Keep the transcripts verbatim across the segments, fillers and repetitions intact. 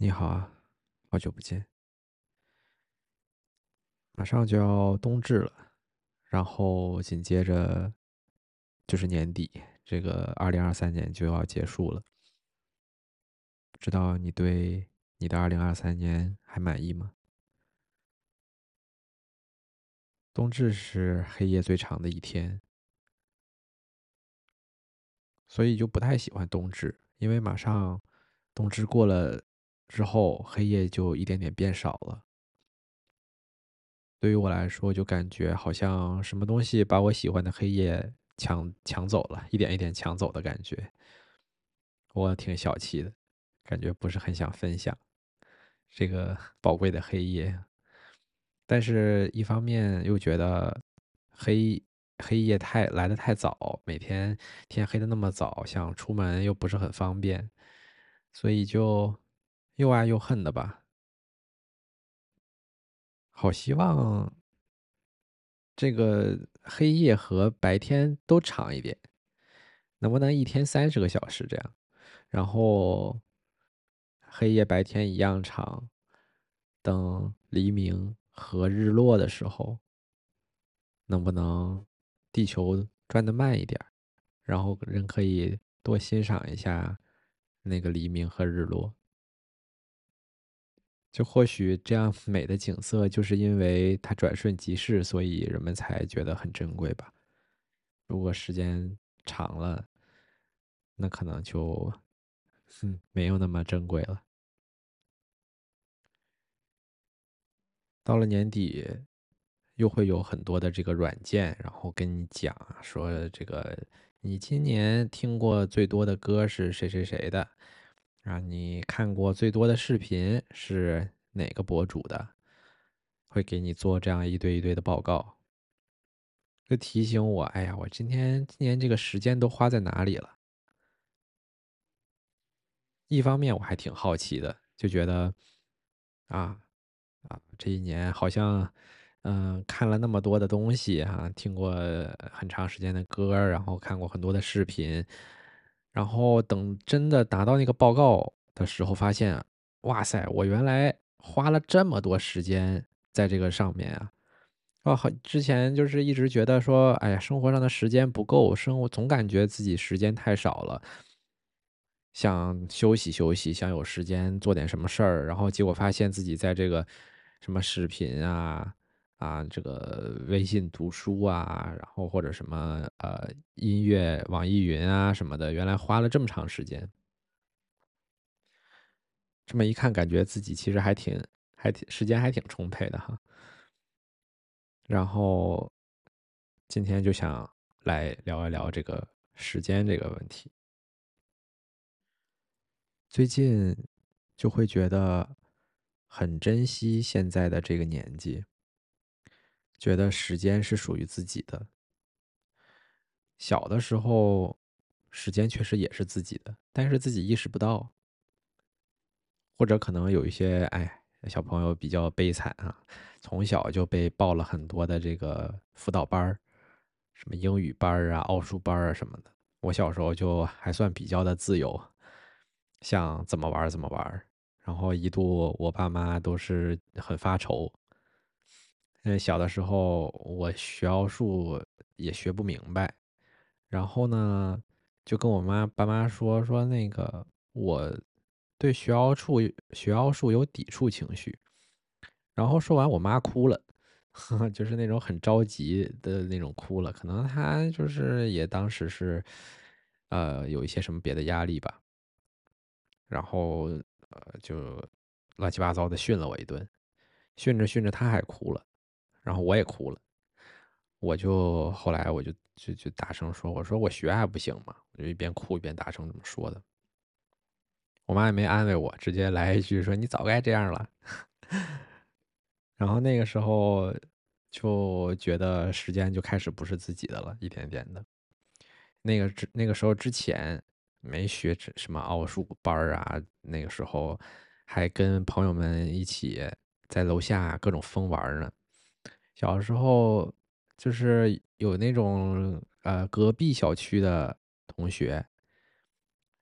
你好啊，好久不见。马上就要冬至了，然后紧接着就是年底，这个二零二三年就要结束了。不知道你对你的二零二三年还满意吗？冬至是黑夜最长的一天，所以就不太喜欢冬至，因为马上冬至过了之后，黑夜就一点点变少了。对于我来说，就感觉好像什么东西把我喜欢的黑夜抢抢走了，一点一点抢走的感觉。我挺小气的，感觉不是很想分享这个宝贵的黑夜，但是一方面又觉得黑黑夜太来得太早，每天天黑的那么早，想出门又不是很方便，所以就又爱又恨的吧。好希望这个黑夜和白天都长一点，能不能一天三十个小时这样？然后黑夜白天一样长，等黎明和日落的时候，能不能地球转得慢一点儿，然后人可以多欣赏一下那个黎明和日落。就或许这样美的景色，就是因为它转瞬即逝，所以人们才觉得很珍贵吧。如果时间长了，那可能就嗯没有那么珍贵了。到了年底，又会有很多的这个软件，然后跟你讲啊说这个你今年听过最多的歌是谁谁谁的，啊，你看过最多的视频是哪个博主的，会给你做这样一堆一堆的报告，就提醒我，哎呀，我今天今年这个时间都花在哪里了？一方面我还挺好奇的，就觉得啊啊，这一年好像，嗯、看了那么多的东西哈、听过很长时间的歌儿然后看过很多的视频，然后等真的拿到那个报告的时候，发现，哇塞，我原来花了这么多时间在这个上面啊！啊，好，之前就是一直觉得说，哎呀，生活上的时间不够，生活总感觉自己时间太少了，想休息休息，想有时间做点什么事儿，然后结果发现自己在这个什么视频啊啊，这个微信读书啊，然后或者什么呃音乐、网易云啊什么的，原来花了这么长时间。这么一看，感觉自己其实还挺还挺时间还挺充沛的哈。然后今天就想来聊一聊这个时间这个问题。最近就会觉得很珍惜现在的这个年纪，觉得时间是属于自己的。小的时候，时间确实也是自己的，但是自己意识不到，或者可能有一些哎小朋友比较悲惨啊，从小就被报了很多的这个辅导班儿，什么英语班儿啊、奥数班儿啊什么的。我小时候就还算比较的自由，想怎么玩儿怎么玩儿。然后一度我爸妈都是很发愁，因为小的时候我学奥数也学不明白，然后呢就跟我妈爸妈说说那个我对学奥数学奥数有抵触情绪，然后说完我妈哭了，就是那种很着急的那种哭了，可能她就是也当时是呃有一些什么别的压力吧。然后呃就乱七八糟的训了我一顿，训着训着他还哭了，然后我也哭了，我就后来我就就就大声说，我说我学还不行吗？我就一边哭一边大声这么说的。我妈也没安慰我，直接来一句说你早该这样了。然后那个时候就觉得时间就开始不是自己的了，一点点的。那个之那个时候之前没学这什么奥数班儿啊，那个时候还跟朋友们一起在楼下各种疯玩儿呢。小时候就是有那种呃隔壁小区的同学，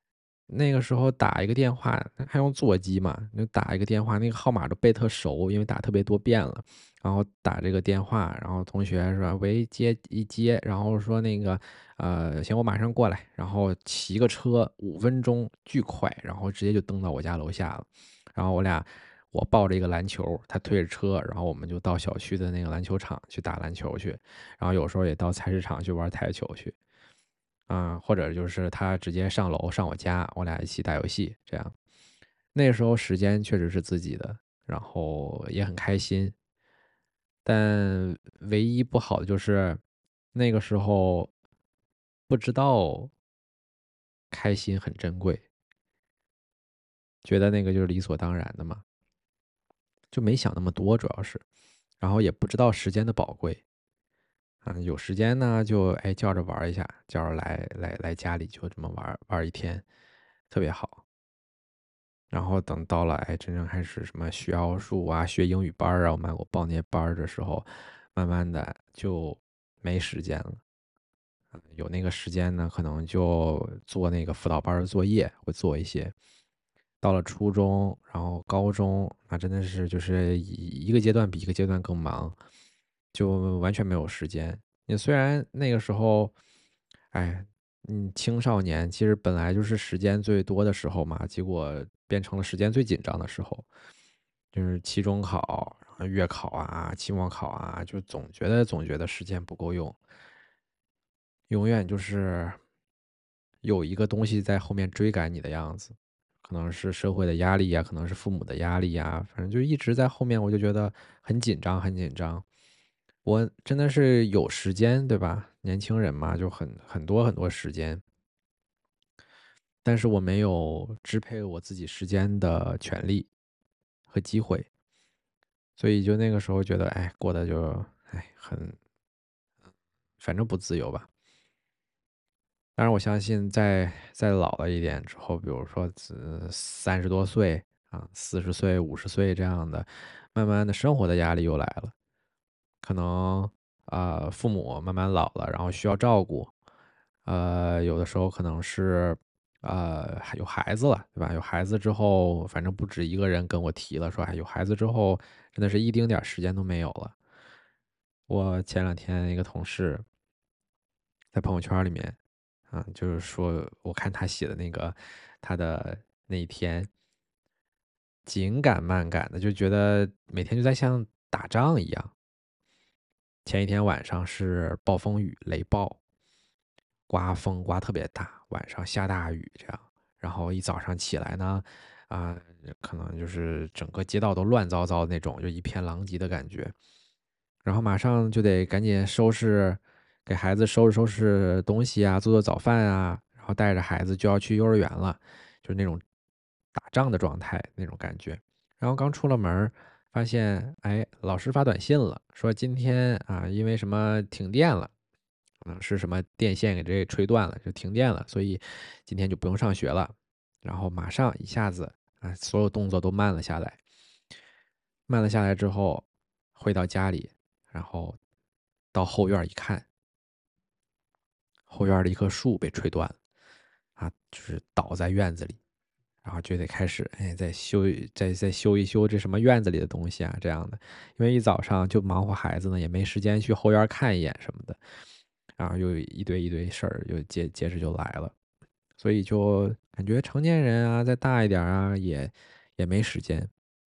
那个时候打一个电话还用座机嘛，就打一个电话，那个号码都背特熟，因为打特别多遍了。然后打这个电话，然后同学说喂接一接，然后说那个呃行我马上过来，然后骑个车五分钟巨快，然后直接就蹬到我家楼下了。然后我俩我抱着一个篮球，他推着车，然后我们就到小区的那个篮球场去打篮球去，然后有时候也到菜市场去玩台球去。啊，或者就是他直接上楼上我家，我俩一起打游戏，这样。那个时候时间确实是自己的，然后也很开心。但唯一不好的就是那个时候不知道开心很珍贵，觉得那个就是理所当然的嘛，就没想那么多，主要是，然后也不知道时间的宝贵啊。有时间呢就哎叫着玩一下，叫着来来来家里就这么玩玩一天，特别好。然后等到了哎，真正开始什么学奥数啊、学英语班儿啊，我们我报那些班儿的时候，慢慢的就没时间了。有那个时间呢，可能就做那个辅导班儿的作业，会做一些。到了初中，然后高中，那真的是就是一一个阶段比一个阶段更忙，就完全没有时间。你虽然那个时候，哎，嗯，青少年其实本来就是时间最多的时候嘛，结果变成了时间最紧张的时候，就是期中考、然后月考啊、期末考啊，就总觉得总觉得时间不够用，永远就是有一个东西在后面追赶你的样子，可能是社会的压力呀，可能是父母的压力呀，反正就一直在后面，我就觉得很紧张，很紧张。我真的是有时间，对吧？年轻人嘛，就很很多很多时间，但是我没有支配我自己时间的权利和机会，所以就那个时候觉得，哎，过得就哎很，反正不自由吧。当然，我相信在再老了一点之后，比如说呃三十多岁啊、四十岁、五十岁这样的，慢慢的生活的压力又来了，可能啊、呃父母慢慢老了，然后需要照顾，呃，有的时候可能是呃还有孩子了，对吧？有孩子之后，反正不止一个人跟我提了，说哎有孩子之后真的是一丁点儿时间都没有了。我前两天一个同事在朋友圈里面啊，就是说我看他写的那个他的那一天紧赶慢赶的，就觉得每天就在像打仗一样。前一天晚上是暴风雨、雷暴，刮风刮特别大，晚上下大雨这样。然后一早上起来呢，啊、可能就是整个街道都乱糟糟的那种，就一片狼藉的感觉。然后马上就得赶紧收拾，给孩子收拾收拾东西啊，做做早饭啊，然后带着孩子就要去幼儿园了，就是那种打仗的状态那种感觉。然后刚出了门儿发现哎，老师发短信了，说今天啊，因为什么停电了，可能是什么电线给这吹断了，就停电了，所以今天就不用上学了。然后马上一下子啊，所有动作都慢了下来。慢了下来之后，回到家里，然后到后院一看，后院的一棵树被吹断了，啊，就是倒在院子里，然后就得开始，哎，再修，再再修一修这什么院子里的东西啊，这样的，因为一早上就忙活孩子呢，也没时间去后院看一眼什么的，然后又一堆一堆事儿，又接接着就来了，所以就感觉成年人啊，再大一点啊，也也没时间，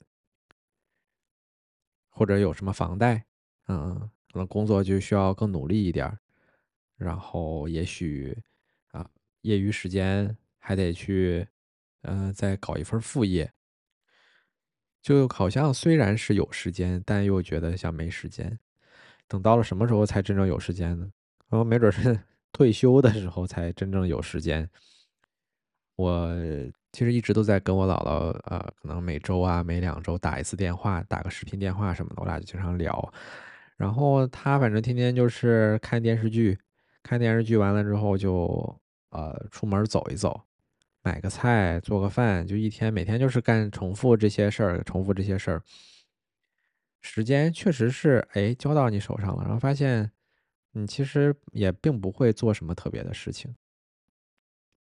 或者有什么房贷，嗯，可能工作就需要更努力一点儿，然后也许啊，业余时间还得去，嗯、再搞一份副业，就好像虽然是有时间，但又觉得像没时间。等到了什么时候才真正有时间呢？然后没准是退休的时候才真正有时间。我其实一直都在跟我姥姥，呃，可能每周啊、每两周打一次电话，打个视频电话什么的，我俩就经常聊。然后她反正天天就是看电视剧，看电视剧完了之后就呃出门走一走，买个菜，做个饭，就一天每天就是干重复这些事儿，重复这些事儿。时间确实是哎交到你手上了，然后发现你其实也并不会做什么特别的事情。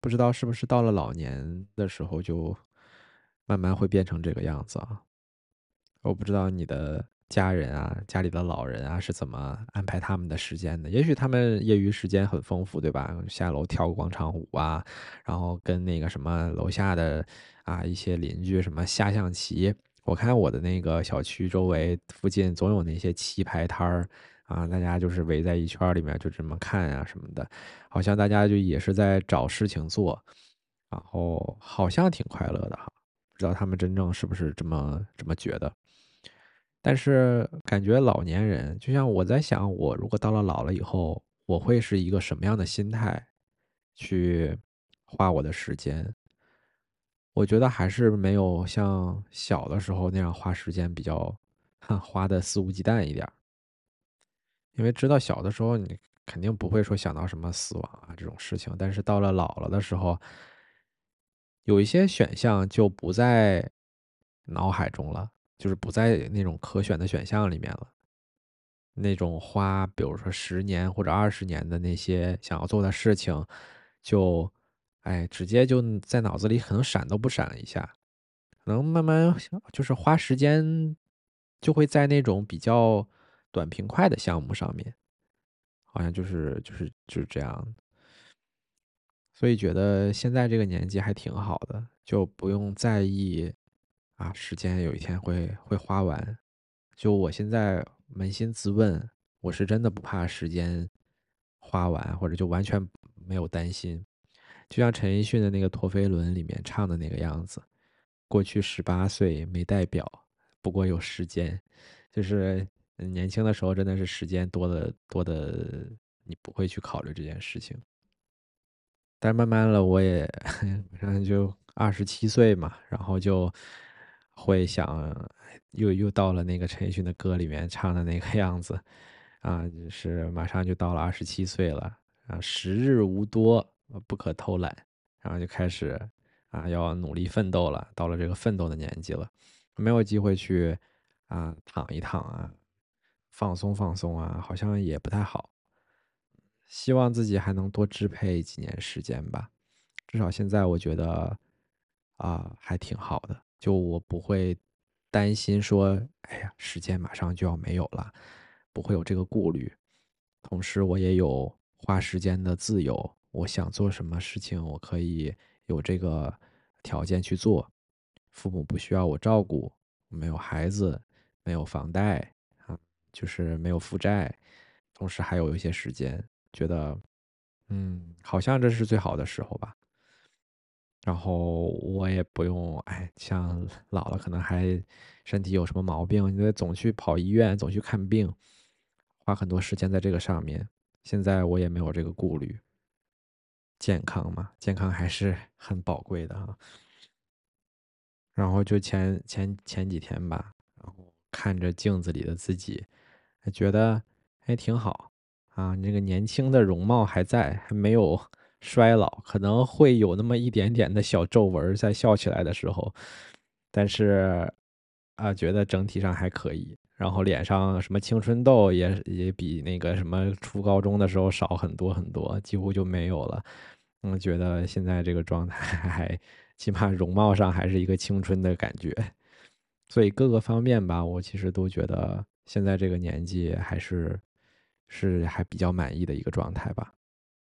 不知道是不是到了老年的时候就慢慢会变成这个样子啊？我不知道你的家人啊，家里的老人啊是怎么安排他们的时间的？也许他们业余时间很丰富，对吧？下楼跳个广场舞啊，然后跟那个什么楼下的啊一些邻居什么下象棋。我看我的那个小区周围附近总有那些棋牌摊儿啊，大家就是围在一圈儿里面就这么看啊什么的，好像大家就也是在找事情做，然后好像挺快乐的哈。不知道他们真正是不是这么这么觉得。但是感觉老年人，就像我在想，我如果到了老了以后，我会是一个什么样的心态去花我的时间？我觉得还是没有像小的时候那样花时间比较，花的肆无忌惮一点儿。因为知道小的时候你肯定不会说想到什么死亡啊这种事情，但是到了老了的时候，有一些选项就不在脑海中了，就是不在那种可选的选项里面了。那种花，比如说十年或者二十年的那些想要做的事情，就，哎，直接就在脑子里可能闪都不闪一下，可能慢慢就是花时间就会在那种比较短平快的项目上面，好像就是就是就是这样。所以觉得现在这个年纪还挺好的，就不用在意啊，时间有一天会会花完。就我现在扪心自问，我是真的不怕时间花完，或者就完全没有担心。就像陈奕迅的那个《陀飞轮》里面唱的那个样子，过去十八岁没代表，不过有时间，就是嗯年轻的时候真的是时间多的多的，你不会去考虑这件事情。但是慢慢了，我也马上就二十七岁嘛，然后就会想，又又到了那个陈奕迅的歌里面唱的那个样子，啊，就是马上就到了二十七岁了，啊，时日无多，呃不可偷懒，然后就开始啊要努力奋斗了，到了这个奋斗的年纪了，没有机会去啊躺一躺啊，放松放松啊，好像也不太好。希望自己还能多支配几年时间吧。至少现在我觉得，啊，还挺好的。就我不会担心说，哎呀，时间马上就要没有了，不会有这个顾虑。同时我也有花时间的自由，我想做什么事情，我可以有这个条件去做。父母不需要我照顾，没有孩子，没有房贷，啊，就是没有负债，同时还有一些时间，觉得，嗯，好像这是最好的时候吧。然后我也不用，哎，像老了可能还身体有什么毛病，你得总去跑医院，总去看病，花很多时间在这个上面。现在我也没有这个顾虑，健康嘛，健康还是很宝贵的哈。然后就前前前几天吧，然后看着镜子里的自己，还觉得还挺好啊。那个年轻的容貌还在，还没有衰老，可能会有那么一点点的小皱纹儿在笑起来的时候，但是啊，觉得整体上还可以。然后脸上什么青春痘也也比那个什么初高中的时候少很多很多，几乎就没有了。嗯，觉得现在这个状态还起码容貌上还是一个青春的感觉，所以各个方面吧，我其实都觉得现在这个年纪还是是还比较满意的一个状态吧。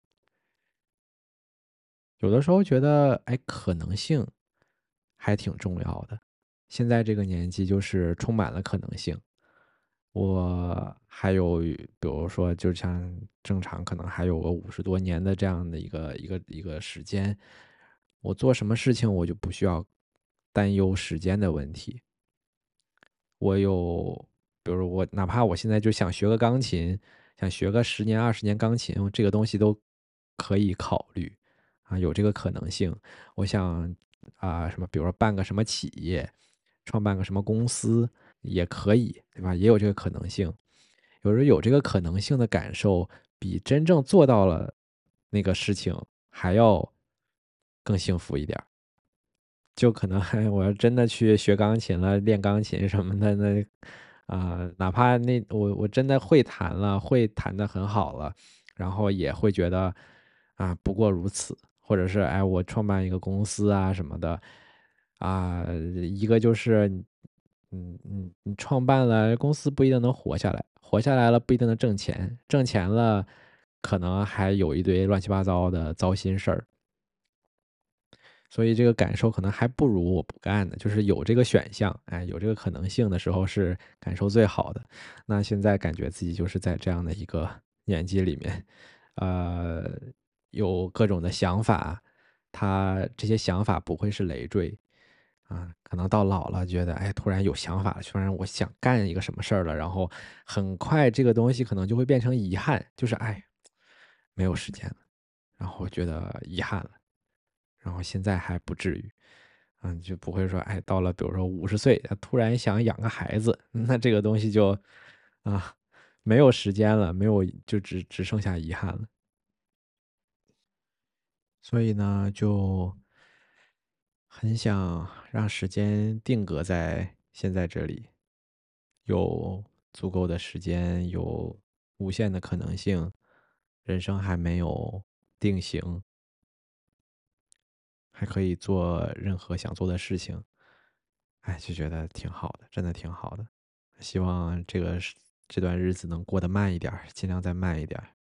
有的时候觉得，哎，可能性还挺重要的。现在这个年纪就是充满了可能性。我还有比如说就像正常可能还有个五十多年的这样的一个一个一个时间，我做什么事情我就不需要担忧时间的问题。我有比如我哪怕我现在就想学个钢琴，想学个十年、二十年钢琴，这个东西都可以考虑，啊，有这个可能性。我想，啊，什么比如说办个什么企业，创办个什么公司也可以，对吧？也有这个可能性。有时候有这个可能性的感受，比真正做到了那个事情还要更幸福一点儿。就可能我要真的去学钢琴了，练钢琴什么的，那啊，哪怕那我我真的会弹了，会弹得很好了，然后也会觉得啊，不过如此。 或者是哎，我创办一个公司啊什么的，啊，一个就是你嗯嗯，你创办了公司不一定能活下来，活下来了不一定能挣钱，挣钱了可能还有一堆乱七八糟的糟心事儿。所以这个感受可能还不如我不干呢，就是有这个选项，哎，有这个可能性的时候是感受最好的。那现在感觉自己就是在这样的一个年纪里面，呃，有各种的想法，他这些想法不会是累赘啊，可能到老了觉得，哎，突然有想法了，突然我想干一个什么事儿了，然后很快这个东西可能就会变成遗憾，就是哎，没有时间了，然后觉得遗憾了。然后现在还不至于，嗯，就不会说，哎，到了比如说五十岁，他突然想养个孩子，那这个东西就啊没有时间了，没有就只只剩下遗憾了。所以呢，就很想让时间定格在现在这里，有足够的时间，有无限的可能性，人生还没有定型，还可以做任何想做的事情。哎，就觉得挺好的，真的挺好的。希望这个是这段日子能过得慢一点儿，尽量再慢一点儿。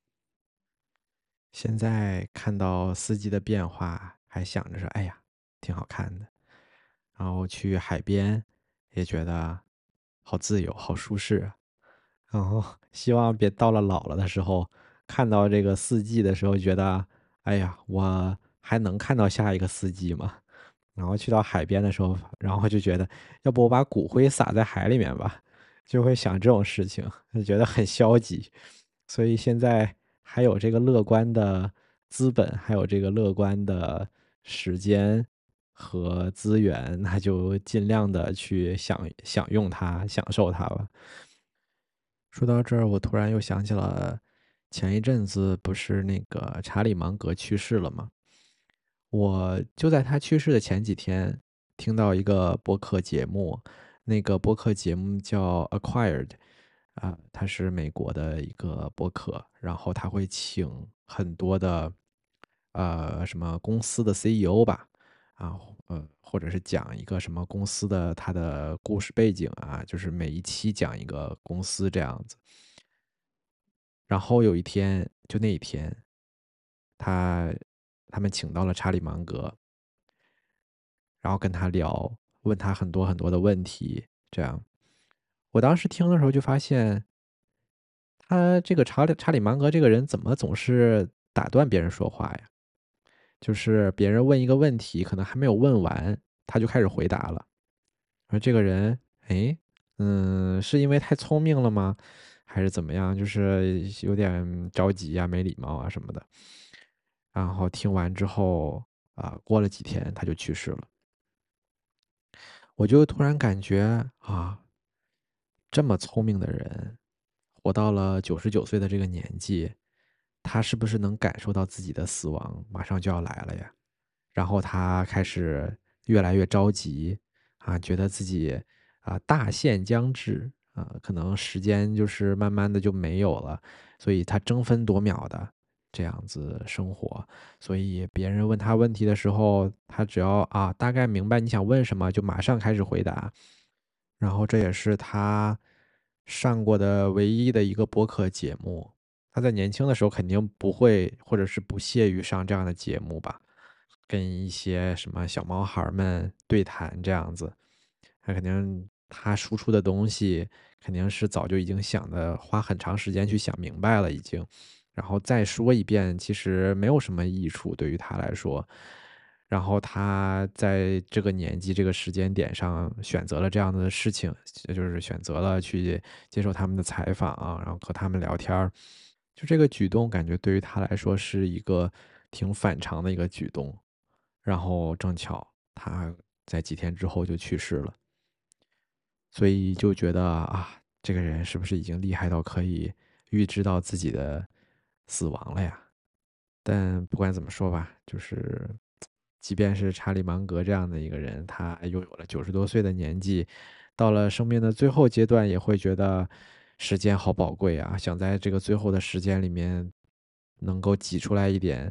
现在看到四季的变化，还想着说，哎呀，挺好看的。然后去海边，也觉得好自由，好舒适啊。然后希望别到了老了的时候，看到这个四季的时候，觉得，哎呀，我还能看到下一个四季吗？然后去到海边的时候，然后就觉得，要不我把骨灰撒在海里面吧，就会想这种事情，就觉得很消极。所以现在还有这个乐观的资本，还有这个乐观的时间和资源，那就尽量的去享享用它，享受它吧。说到这儿，我突然又想起了前一阵子不是那个查理芒格去世了吗？我就在他去世的前几天，听到一个播客节目，那个播客节目叫 Acquired，啊，它是美国的一个播客，然后他会请很多的呃什么公司的 C E O 吧，啊呃或者是讲一个什么公司的它的故事背景啊，就是每一期讲一个公司这样子。然后有一天，就那一天，他他们请到了查理芒格，然后跟他聊，问他很多很多的问题，这样。我当时听的时候就发现，他这个查理查理芒格这个人怎么总是打断别人说话呀？就是别人问一个问题，可能还没有问完，他就开始回答了。而这个人，哎，嗯，是因为太聪明了吗？还是怎么样？就是有点着急呀、没礼貌啊什么的。然后听完之后，啊，过了几天他就去世了。我就突然感觉啊，这么聪明的人，活到了九十九岁的这个年纪，他是不是能感受到自己的死亡马上就要来了呀？然后他开始越来越着急啊，觉得自己啊大限将至啊，可能时间就是慢慢的就没有了，所以他争分夺秒的这样子生活。所以别人问他问题的时候，他只要啊大概明白你想问什么，就马上开始回答。然后这也是他上过的唯一的一个播客节目。他在年轻的时候肯定不会，或者是不屑于上这样的节目吧，跟一些什么小毛孩儿们对谈这样子。他肯定他输出的东西肯定是早就已经想的，花很长时间去想明白了已经，然后再说一遍，其实没有什么益处对于他来说。然后他在这个年纪、这个时间点上选择了这样的事情，就是选择了去接受他们的采访啊，然后和他们聊天儿。就这个举动，感觉对于他来说是一个挺反常的一个举动。然后正巧他在几天之后就去世了，所以就觉得啊，这个人是不是已经厉害到可以预知到自己的死亡了呀？但不管怎么说吧，就是即便是查理芒格这样的一个人，他拥有了九十多岁的年纪，到了生命的最后阶段，也会觉得时间好宝贵啊，想在这个最后的时间里面能够挤出来一点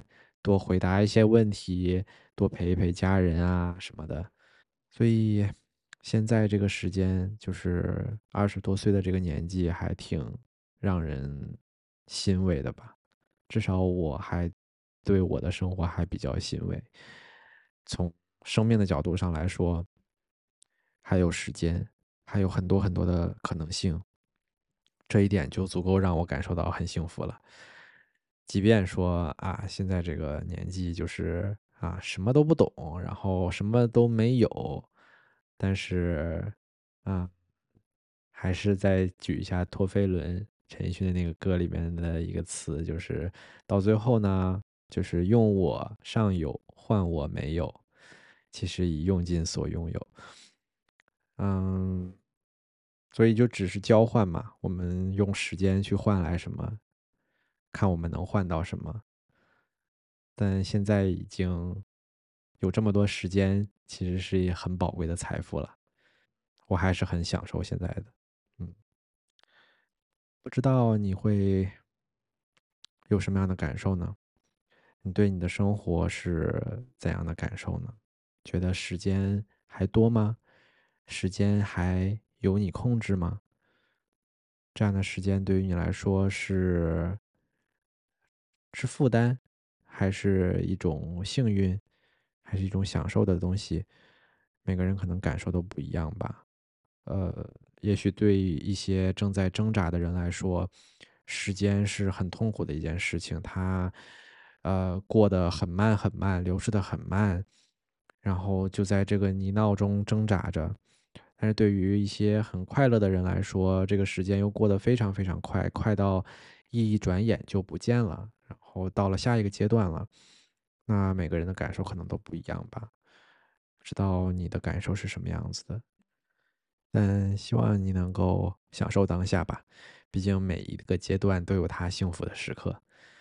多回答一些问题，多陪一陪家人啊什么的。所以现在这个时间，就是二十多岁的这个年纪，还挺让人欣慰的吧。至少我还对我的生活还比较欣慰。从生命的角度上来说，还有时间，还有很多很多的可能性，这一点就足够让我感受到很幸福了。即便说啊，现在这个年纪就是啊，什么都不懂，然后什么都没有，但是啊，还是再举一下陀飞轮陈奕迅的那个歌里面的一个词，就是到最后呢，就是用我尚有换我没有，其实已用尽所拥有。嗯，所以就只是交换嘛，我们用时间去换来什么，看我们能换到什么。但现在已经有这么多时间，其实是一很宝贵的财富了。我还是很享受现在的。嗯，不知道你会有什么样的感受呢？你对你的生活是怎样的感受呢？觉得时间还多吗？时间还由你控制吗？这样的时间对于你来说是是负担，还是一种幸运，还是一种享受的东西？每个人可能感受都不一样吧。呃，也许对一些正在挣扎的人来说，时间是很痛苦的一件事情，它呃过得很慢很慢，流逝的很慢，然后就在这个泥淖中挣扎着。但是对于一些很快乐的人来说，这个时间又过得非常非常快，快到一转眼就不见了，然后到了下一个阶段了。那每个人的感受可能都不一样吧，不知道你的感受是什么样子的？但希望你能够享受当下吧，毕竟每一个阶段都有它幸福的时刻。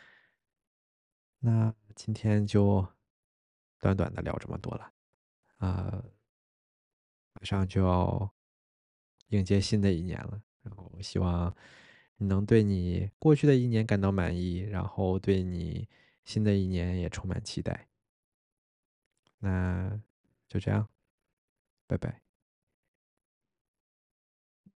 那今天就短短的聊这么多了，啊、马上就要迎接新的一年了，然后希望你能对你过去的一年感到满意，然后对你新的一年也充满期待。那就这样，拜拜。